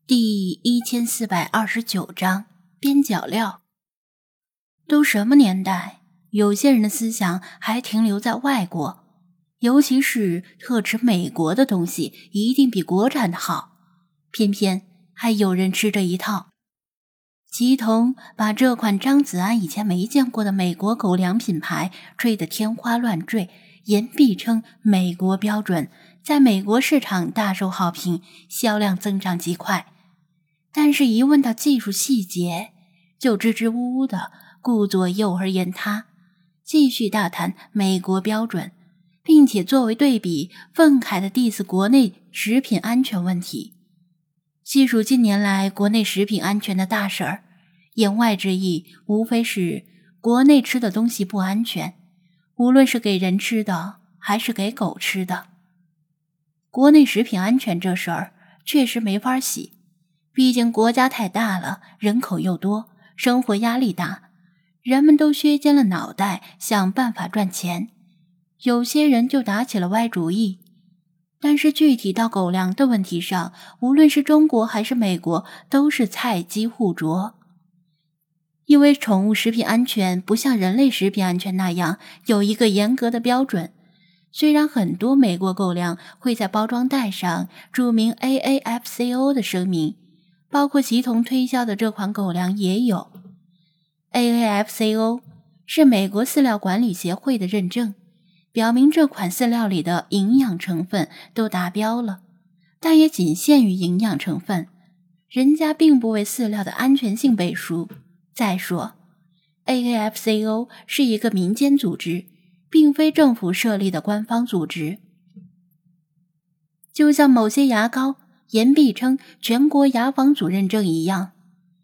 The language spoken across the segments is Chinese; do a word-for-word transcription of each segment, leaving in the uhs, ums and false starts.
第一千四百二十九章边角料。都什么年代，有些人的思想还停留在外国，尤其是特指美国的东西一定比国产的好，偏偏还有人吃这一套。吉童把这款张子安以前没见过的美国狗粮品牌吹得天花乱坠，言必称美国标准，在美国市场大受好评，销量增长极快。但是一问到技术细节，就支支吾吾的顾左右而言他，继续大谈美国标准，并且作为对比愤慨地 diss 国内食品安全问题。细数近年来国内食品安全的大事儿，言外之意无非是国内吃的东西不安全，无论是给人吃的还是给狗吃的。国内食品安全这事儿确实没法洗，毕竟国家太大了，人口又多，生活压力大，人们都削尖了脑袋想办法赚钱，有些人就打起了歪主意。但是具体到狗粮的问题上，无论是中国还是美国，都是菜鸡互啄。因为宠物食品安全不像人类食品安全那样有一个严格的标准，虽然很多美国狗粮会在包装袋上注明 A A F C O 的声明，包括吉童推销的这款狗粮也有。A A F C O 是美国饲料管理协会的认证，表明这款饲料里的营养成分都达标了，但也仅限于营养成分，人家并不为饲料的安全性背书。再说 A A F C O 是一个民间组织，并非政府设立的官方组织。就像某些牙膏言必称全国牙防组认证一样，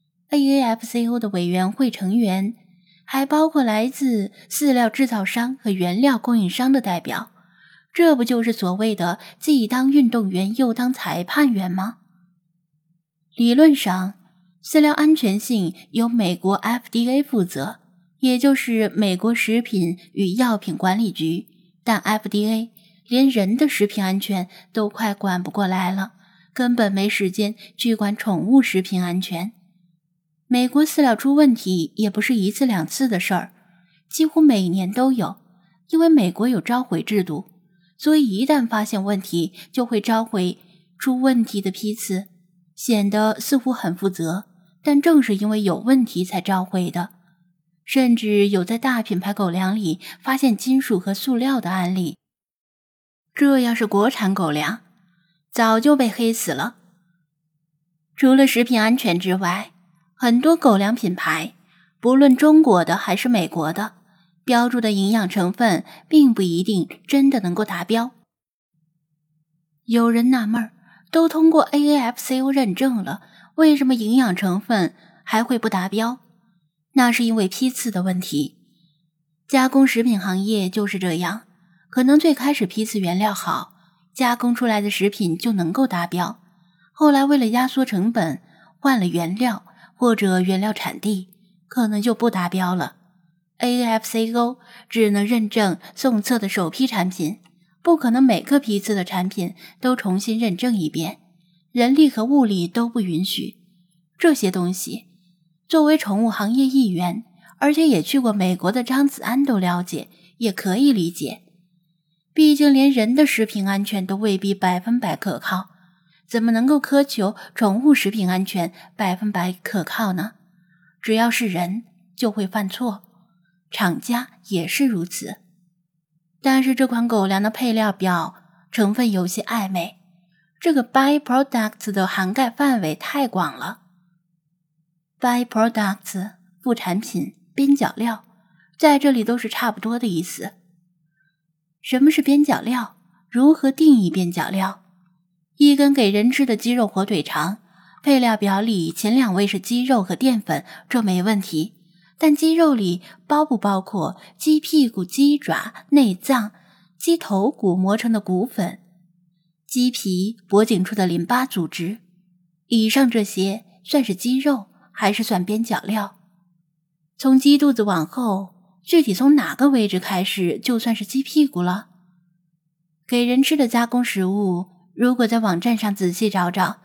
A A F C O 的委员会成员还包括来自饲料制造商和原料供应商的代表，这不就是所谓的既当运动员又当裁判员吗？理论上，饲料安全性由美国 F D A 负责，也就是美国食品与药品管理局，但 F D A 连人的食品安全都快管不过来了，根本没时间去管宠物食品安全。美国饲料出问题也不是一次两次的事儿，几乎每年都有，因为美国有召回制度，所以一旦发现问题就会召回出问题的批次，显得似乎很负责，但正是因为有问题才召回的。甚至有在大品牌狗粮里发现金属和塑料的案例。这要是国产狗粮，早就被黑死了。除了食品安全之外，很多狗粮品牌，不论中国的还是美国的，标注的营养成分并不一定真的能够达标。有人纳闷，都通过 A A F C O 认证了，为什么营养成分还会不达标？那是因为批次的问题。加工食品行业就是这样，可能最开始批次原料好，加工出来的食品就能够达标，后来为了压缩成本，换了原料或者原料产地，可能就不达标了。 A A F C O 只能认证送测的首批产品，不可能每个批次的产品都重新认证一遍，人力和物力都不允许。这些东西作为宠物行业一员，而且也去过美国的张子安都了解，也可以理解。毕竟连人的食品安全都未必百分百可靠，怎么能够苛求宠物食品安全百分百可靠呢？只要是人就会犯错，厂家也是如此。但是这款狗粮的配料表成分有些暧昧，这个 byproducts 的涵盖范围太广了。byproducts 副产品、边角料，在这里都是差不多的意思。什么是边角料？如何定义边角料？一根给人吃的鸡肉火腿肠，配料表里前两位是鸡肉和淀粉，这没问题。但鸡肉里包不包括鸡屁股、鸡爪、内脏、鸡头骨磨成的骨粉、鸡皮脖颈处的淋巴组织？以上这些算是鸡肉还是算边角料？从鸡肚子往后，具体从哪个位置开始就算是鸡屁股了？给人吃的加工食物，如果在网站上仔细找找，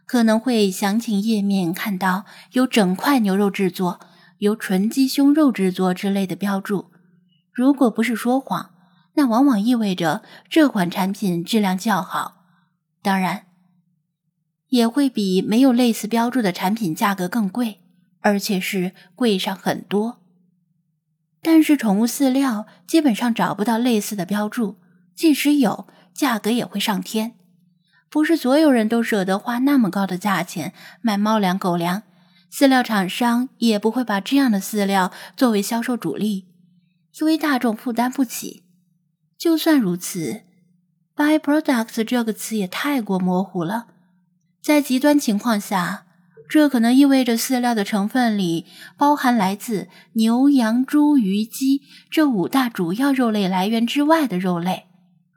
可能会详情页面看到由整块牛肉制作、由纯鸡胸肉制作之类的标注。如果不是说谎，那往往意味着这款产品质量较好，当然也会比没有类似标注的产品价格更贵，而且是贵上很多。但是宠物饲料基本上找不到类似的标注，即使有，价格也会上天。不是所有人都舍得花那么高的价钱买猫粮狗粮，饲料厂商也不会把这样的饲料作为销售主力，因为大众负担不起。就算如此， byproducts 这个词也太过模糊了。在极端情况下，这可能意味着饲料的成分里包含来自牛、羊、猪、鱼、鸡这五大主要肉类来源之外的肉类。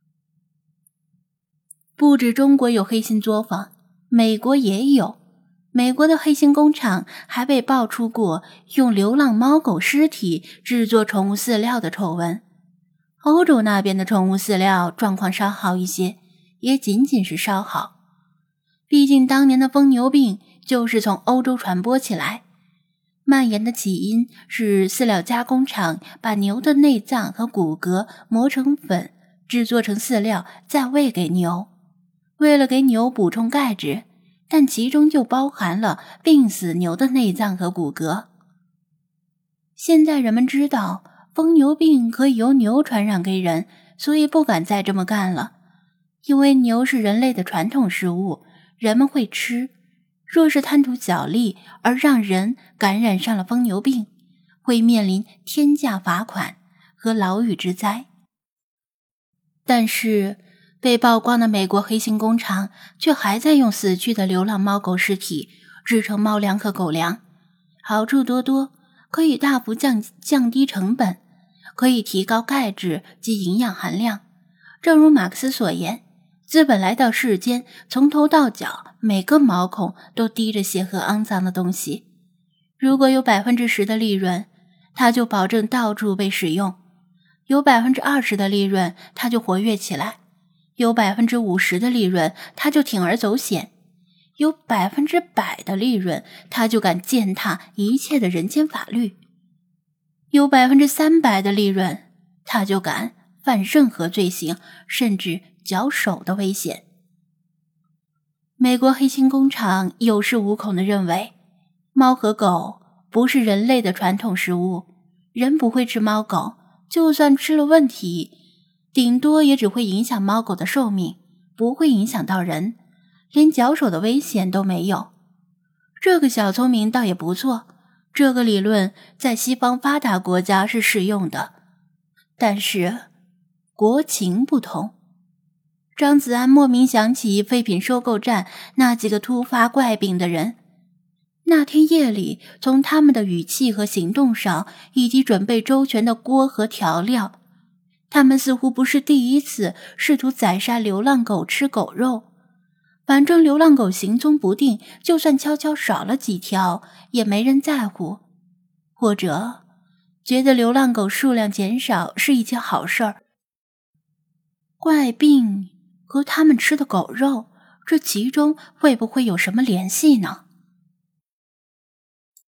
不止中国有黑心作坊，美国也有。美国的黑心工厂还被爆出过用流浪猫狗尸体制作宠物饲料的丑闻。欧洲那边的宠物饲料状况稍好一些，也仅仅是稍好。毕竟当年的疯牛病就是从欧洲传播起来，蔓延的起因是饲料加工厂把牛的内脏和骨骼磨成粉，制作成饲料，再喂给牛。为了给牛补充钙质，但其中就包含了病死牛的内脏和骨骼。现在人们知道疯牛病可以由牛传染给人，所以不敢再这么干了。因为牛是人类的传统食物，人们会吃，若是贪图小利而让人感染上了疯牛病，会面临天价罚款和牢狱之灾。但是被曝光的美国黑心工厂却还在用死去的流浪猫狗尸体制成猫粮和狗粮，好处多多，可以大幅降降低成本，可以提高钙质及营养含量。正如马克思所言，资本来到世间，从头到脚每个毛孔都滴着血和肮脏的东西。如果有 百分之十 的利润，它就保证到处被使用；有 百分之二十 的利润，它就活跃起来；有 百分之五十 的利润，它就铤而走险；有 百分之百 的利润，它就敢践踏一切的人间法律；有 百分之三百 的利润，它就敢犯任何罪行，甚至绞手的危险。美国黑心工厂有恃无恐地认为，猫和狗不是人类的传统食物，人不会吃猫狗，就算吃了问题，顶多也只会影响猫狗的寿命，不会影响到人，连绞手的危险都没有。这个小聪明倒也不错，这个理论在西方发达国家是适用的，但是国情不同。张子安莫名想起废品收购站那几个突发怪病的人，那天夜里从他们的语气和行动上，以及准备周全的锅和调料，他们似乎不是第一次试图宰杀流浪狗吃狗肉。反正流浪狗行踪不定，就算悄悄少了几条也没人在乎，或者觉得流浪狗数量减少是一件好事儿。怪病和他们吃的狗肉，这其中会不会有什么联系呢？